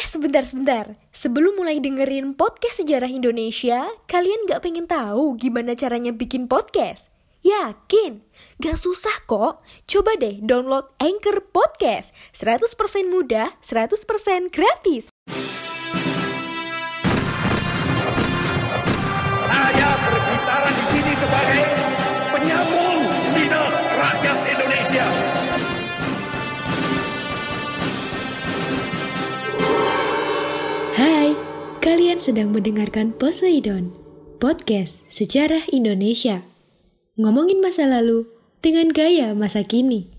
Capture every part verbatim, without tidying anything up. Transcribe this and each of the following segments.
sebentar-sebentar. Sebelum mulai dengerin podcast Sejarah Indonesia, kalian gak pengen tahu gimana caranya bikin podcast? Yakin? Gak susah kok. Coba deh download Anchor Podcast. seratus persen mudah, seratus persen gratis. Saya berbicara di sini sebagai penyambung lidah rakyat Indonesia. Hai, kalian sedang mendengarkan Poseidon, podcast sejarah Indonesia. Ngomongin masa lalu dengan gaya masa kini.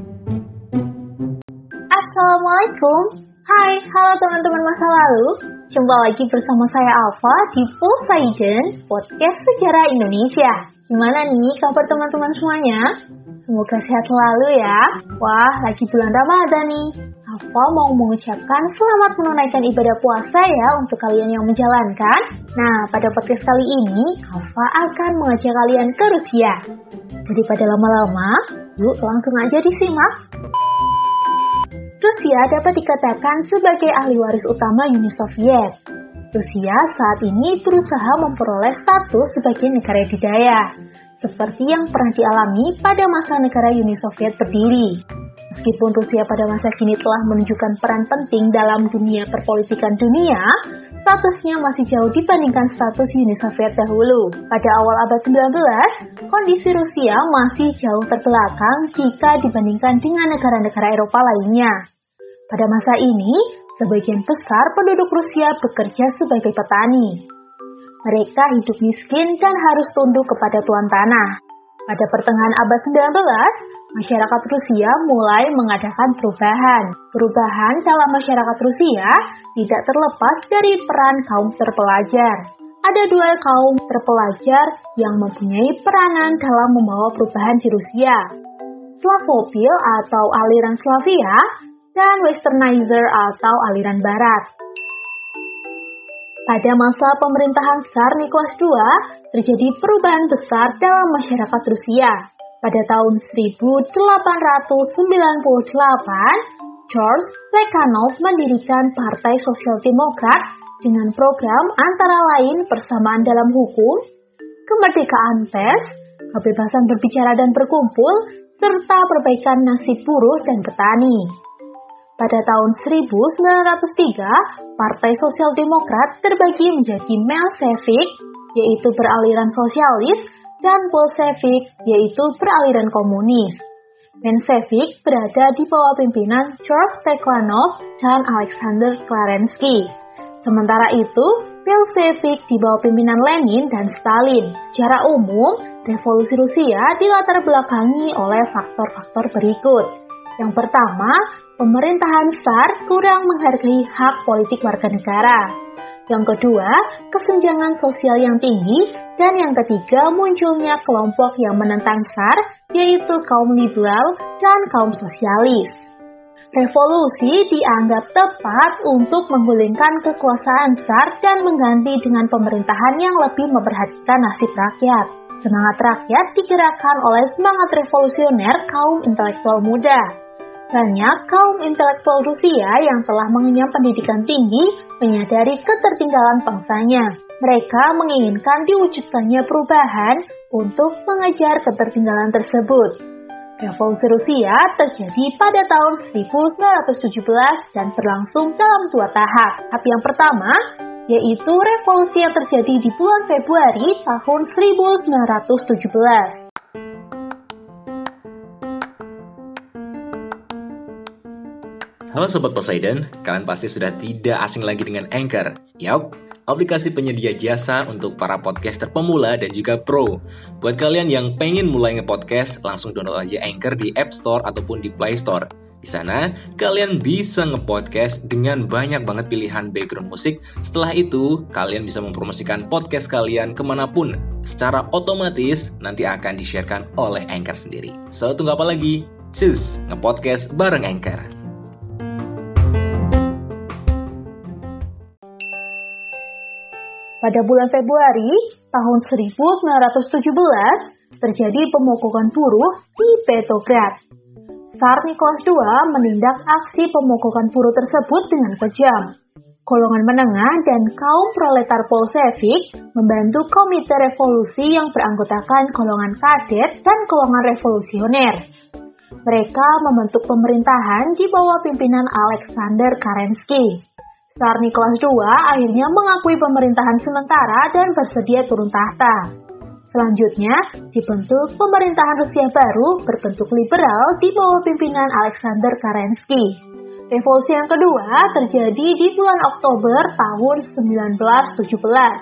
Assalamualaikum. Hai, halo teman-teman masa lalu. Jumpa lagi bersama saya Alfa di Poseidon, podcast sejarah Indonesia. Gimana nih kabar teman-teman semuanya? Semoga sehat selalu ya. Wah, lagi bulan Ramadan nih. Alfa mau mengucapkan selamat menunaikan ibadah puasa ya untuk kalian yang menjalankan. Nah, pada podcast kali ini, Alfa akan mengajak kalian ke Rusia. Daripada lama-lama, yuk langsung aja disimak. Rusia dapat dikatakan sebagai ahli waris utama Uni Soviet. Rusia saat ini berusaha memperoleh status sebagai negara didaya, seperti yang pernah dialami pada masa negara Uni Soviet berdiri. Meskipun Rusia pada masa kini telah menunjukkan peran penting dalam dunia perpolitikan dunia, statusnya masih jauh dibandingkan status Uni Soviet dahulu. Pada awal abad sembilan belas, kondisi Rusia masih jauh terbelakang jika dibandingkan dengan negara-negara Eropa lainnya. Pada masa ini, sebagian besar penduduk Rusia bekerja sebagai petani. Mereka hidup miskin dan harus tunduk kepada tuan tanah. Pada pertengahan abad sembilan belas, masyarakat Rusia mulai mengadakan perubahan. Perubahan dalam masyarakat Rusia tidak terlepas dari peran kaum terpelajar. Ada dua kaum terpelajar yang mempunyai peranan dalam membawa perubahan di Rusia. Slavofil atau aliran Slavia dan Westernizer atau aliran Barat. Pada masa pemerintahan Tsar Nicholas kedua, terjadi perubahan besar dalam masyarakat Rusia. Pada tahun seribu delapan ratus sembilan puluh delapan, George Plekhanov mendirikan Partai Sosial Demokrat dengan program antara lain persamaan dalam hukum, kemerdekaan pers, kebebasan berbicara dan berkumpul, serta perbaikan nasib buruh dan petani. Pada tahun seribu sembilan ratus tiga, Partai Sosial Demokrat terbagi menjadi Menshevik, yaitu beraliran sosialis, dan Bolshevik, yaitu beraliran komunis. Menshevik berada di bawah pimpinan George Plekhanov dan Alexander Kerensky. Sementara itu, Bolshevik di bawah pimpinan Lenin dan Stalin. Secara umum, revolusi Rusia dilatar belakangi oleh faktor-faktor berikut. Yang pertama, pemerintahan Tsar kurang menghargai hak politik warga negara. Yang kedua, kesenjangan sosial yang tinggi. Dan yang ketiga, munculnya kelompok yang menentang Tsar, yaitu kaum liberal dan kaum sosialis. Revolusi dianggap tepat untuk menggulingkan kekuasaan Tsar dan mengganti dengan pemerintahan yang lebih memperhatikan nasib rakyat. Semangat rakyat digerakkan oleh semangat revolusioner kaum intelektual muda. Banyak kaum intelektual Rusia yang telah mengenyam pendidikan tinggi menyadari ketertinggalan bangsanya. Mereka menginginkan diwujudkannya perubahan untuk mengejar ketertinggalan tersebut. Revolusi Rusia terjadi pada tahun seribu sembilan ratus tujuh belas dan berlangsung dalam dua tahap. Tahap yang pertama, yaitu revolusi yang terjadi di bulan Februari tahun seribu sembilan ratus tujuh belas. Halo Sobat Poseidon, kalian pasti sudah tidak asing lagi dengan Anchor. Yap, aplikasi penyedia jasa untuk para podcaster pemula dan juga pro. Buat kalian yang pengen mulai nge-podcast, langsung download aja Anchor di App Store ataupun di Play Store. Di sana, kalian bisa nge-podcast dengan banyak banget pilihan background musik. Setelah itu, kalian bisa mempromosikan podcast kalian kemanapun. Secara otomatis, nanti akan di-sharekan oleh Anchor sendiri. So, tunggu apa lagi? Cus, nge-podcast bareng Anchor. Pada bulan Februari tahun seribu sembilan ratus tujuh belas, terjadi pemogokan buruh di Petrograd. Tsar Nicholas kedua menindak aksi pemogokan buruh tersebut dengan kejam. golongan menengah dan kaum proletar Bolshevik membantu Komite Revolusi yang beranggotakan golongan kadet dan golongan revolusioner. Mereka membentuk pemerintahan di bawah pimpinan Alexander Kerensky. Tsar Nicholas kedua akhirnya mengakui pemerintahan sementara dan bersedia turun tahta. Selanjutnya, dibentuk pemerintahan Rusia baru berbentuk liberal di bawah pimpinan Alexander Kerensky. Revolusi yang kedua terjadi di bulan Oktober tahun sembilan belas tujuh belas.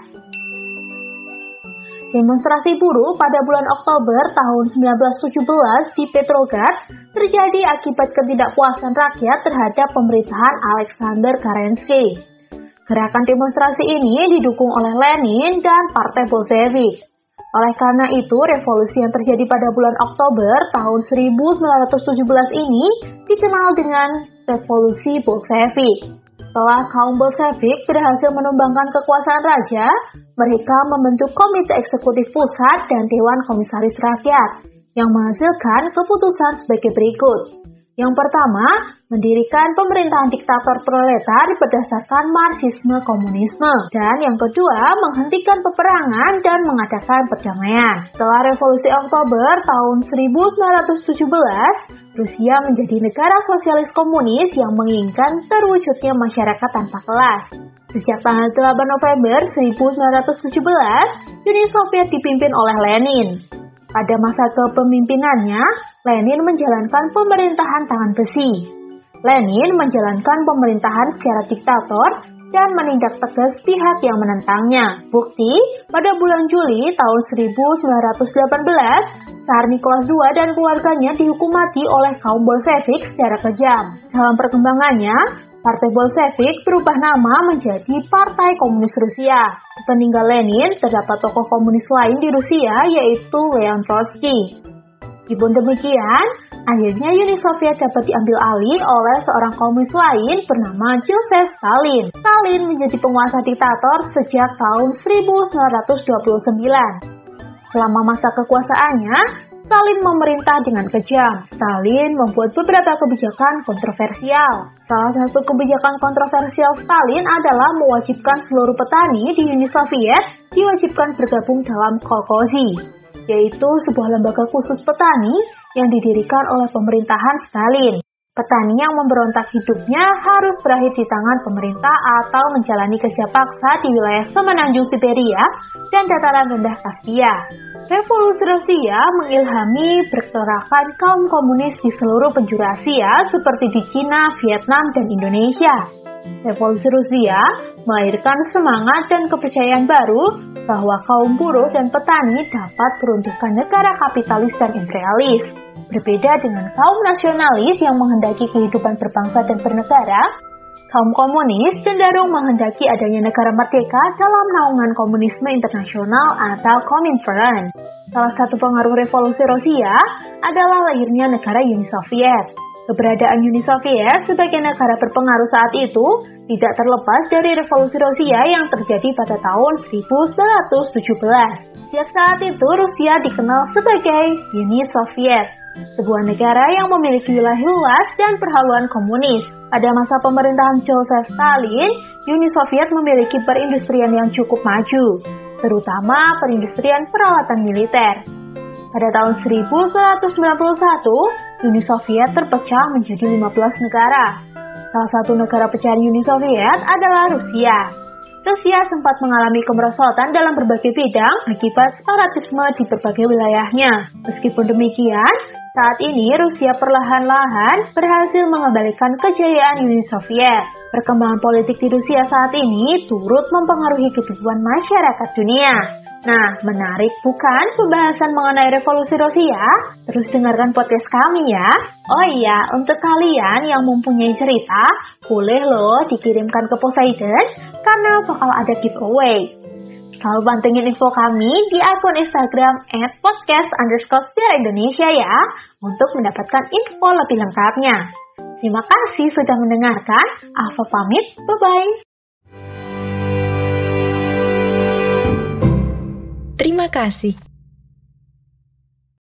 Demonstrasi buruh pada bulan Oktober tahun sembilan belas tujuh belas di Petrograd terjadi akibat ketidakpuasan rakyat terhadap pemerintahan Alexander Kerensky. Gerakan demonstrasi ini didukung oleh Lenin dan Partai Bolshevik. Oleh karena itu, revolusi yang terjadi pada bulan Oktober tahun seribu sembilan ratus tujuh belas ini dikenal dengan Revolusi Bolshevik. Setelah kaum Bolshevik berhasil menumbangkan kekuasaan raja, mereka membentuk Komite Eksekutif Pusat dan Dewan Komisaris Rakyat yang menghasilkan keputusan sebagai berikut. Yang pertama, mendirikan pemerintahan diktator proletar berdasarkan Marxisme Komunisme. Dan yang kedua, menghentikan peperangan dan mengadakan perdamaian. Setelah Revolusi Oktober tahun seribu sembilan ratus tujuh belas, Rusia menjadi negara sosialis komunis yang menginginkan terwujudnya masyarakat tanpa kelas. Sejak tanggal delapan November seribu sembilan ratus tujuh belas, Uni Soviet dipimpin oleh Lenin. Pada masa kepemimpinannya, Lenin menjalankan pemerintahan tangan besi. Lenin menjalankan pemerintahan secara diktator dan menindak tegas pihak yang menentangnya. Bukti, pada bulan Juli tahun seribu sembilan ratus delapan belas, Tsar Nicholas kedua dan keluarganya dihukum mati oleh kaum Bolshevik secara kejam. Dalam perkembangannya, Partai Bolshevik berubah nama menjadi Partai Komunis Rusia. Sepeninggal Lenin, terdapat tokoh komunis lain di Rusia, yaitu Leon Trotsky. Meskipun demikian, akhirnya Uni Soviet dapat diambil alih oleh seorang komunis lain bernama Joseph Stalin. Stalin menjadi penguasa diktator sejak tahun seribu sembilan ratus dua puluh sembilan. Selama masa kekuasaannya, Stalin memerintah dengan kejam. Stalin membuat beberapa kebijakan kontroversial. Salah satu kebijakan kontroversial Stalin adalah mewajibkan seluruh petani di Uni Soviet diwajibkan bergabung dalam kolkhozy, yaitu sebuah lembaga khusus petani yang didirikan oleh pemerintahan Stalin. Petani yang memberontak hidupnya harus berakhir di tangan pemerintah atau menjalani kerja paksa di wilayah semenanjung Siberia dan dataran rendah Kaspia. Revolusi Rusia mengilhami pergerakan kaum komunis di seluruh penjuru Asia seperti di Cina, Vietnam, dan Indonesia. Revolusi Rusia melahirkan semangat dan kepercayaan baru bahwa kaum buruh dan petani dapat meruntuhkan negara kapitalis dan imperialis. Berbeda dengan kaum nasionalis yang menghendaki kehidupan berbangsa dan bernegara, kaum komunis cenderung menghendaki adanya negara merdeka dalam naungan komunisme internasional atau Komintern. Salah satu pengaruh revolusi Rusia adalah lahirnya negara Uni Soviet. Keberadaan Uni Soviet sebagai negara berpengaruh saat itu tidak terlepas dari revolusi Rusia yang terjadi pada tahun seribu sembilan ratus tujuh belas. Sejak saat itu Rusia dikenal sebagai Uni Soviet, sebuah negara yang memiliki wilayah luas dan perhaluan komunis. Pada masa pemerintahan Joseph Stalin, Uni Soviet memiliki perindustrian yang cukup maju, terutama perindustrian peralatan militer. Pada tahun seribu sembilan ratus sembilan puluh satu, Uni Soviet terpecah menjadi lima belas negara. Salah satu negara pecahan Uni Soviet adalah Rusia. Rusia sempat mengalami kemerosotan dalam berbagai bidang akibat separatisme di berbagai wilayahnya. Meskipun demikian, saat ini Rusia perlahan-lahan berhasil mengembalikan kejayaan Uni Soviet. Perkembangan politik di Rusia saat ini turut mempengaruhi kehidupan masyarakat dunia. Nah, menarik bukan pembahasan mengenai revolusi Rusia? Terus dengarkan podcast kami ya. Oh iya, untuk kalian yang mempunyai cerita, boleh loh dikirimkan ke Poseidon karena bakal ada giveaway. Selalu pantengin info kami di akun Instagram at podcast underscore sejarah Indonesia ya, untuk mendapatkan info lebih lengkapnya. Terima kasih sudah mendengarkan. Alfa pamit, bye-bye. Terima kasih.